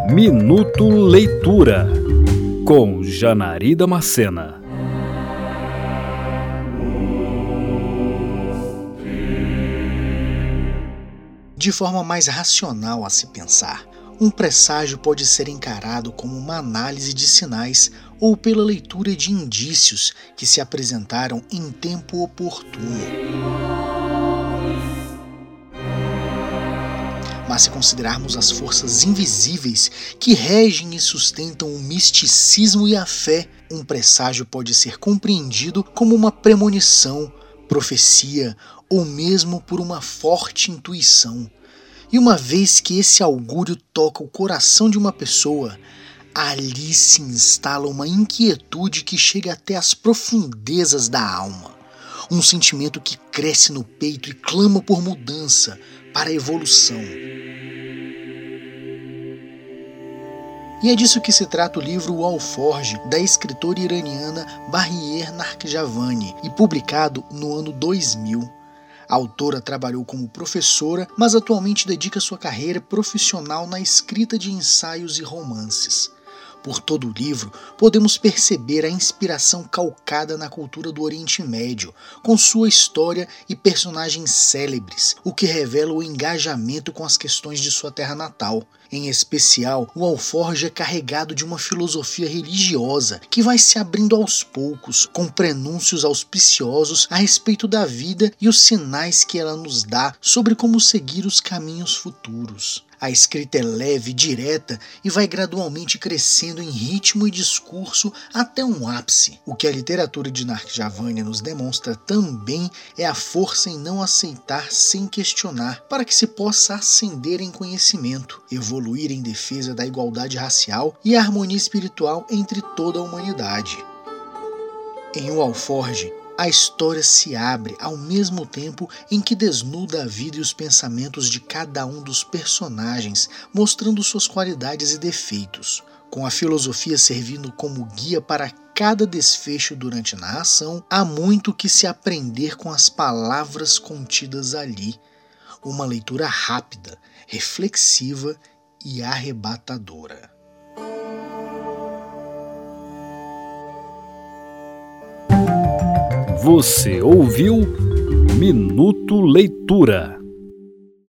Minuto Leitura, com Janari Damascena. De forma mais racional a se pensar, um presságio pode ser encarado como uma análise de sinais ou pela leitura de indícios que se apresentaram em tempo oportuno. Mas se considerarmos as forças invisíveis que regem e sustentam o misticismo e a fé, um presságio pode ser compreendido como uma premonição, profecia ou mesmo por uma forte intuição. E uma vez que esse augúrio toca o coração de uma pessoa, ali se instala uma inquietude que chega até as profundezas da alma. Um sentimento que cresce no peito e clama por mudança, para evolução. E é disso que se trata o livro O Alforge, da escritora iraniana Bahier Narkjavani, e publicado no ano 2000. A autora trabalhou como professora, mas atualmente dedica sua carreira profissional na escrita de ensaios e romances. Por todo o livro, podemos perceber a inspiração calcada na cultura do Oriente Médio, com sua história e personagens célebres, o que revela o engajamento com as questões de sua terra natal. Em especial, o Alforge é carregado de uma filosofia religiosa que vai se abrindo aos poucos, com prenúncios auspiciosos a respeito da vida e os sinais que ela nos dá sobre como seguir os caminhos futuros. A escrita é leve e direta e vai gradualmente crescendo em ritmo e discurso até um ápice. O que a literatura de Narkjavani nos demonstra também é a força em não aceitar sem questionar, para que se possa ascender em conhecimento, evoluir em defesa da igualdade racial e a harmonia espiritual entre toda a humanidade. Em O Alforge, a história se abre ao mesmo tempo em que desnuda a vida e os pensamentos de cada um dos personagens, mostrando suas qualidades e defeitos. Com a filosofia servindo como guia para cada desfecho durante a narração, há muito que se aprender com as palavras contidas ali. Uma leitura rápida, reflexiva e arrebatadora. Você ouviu Minuto Leitura.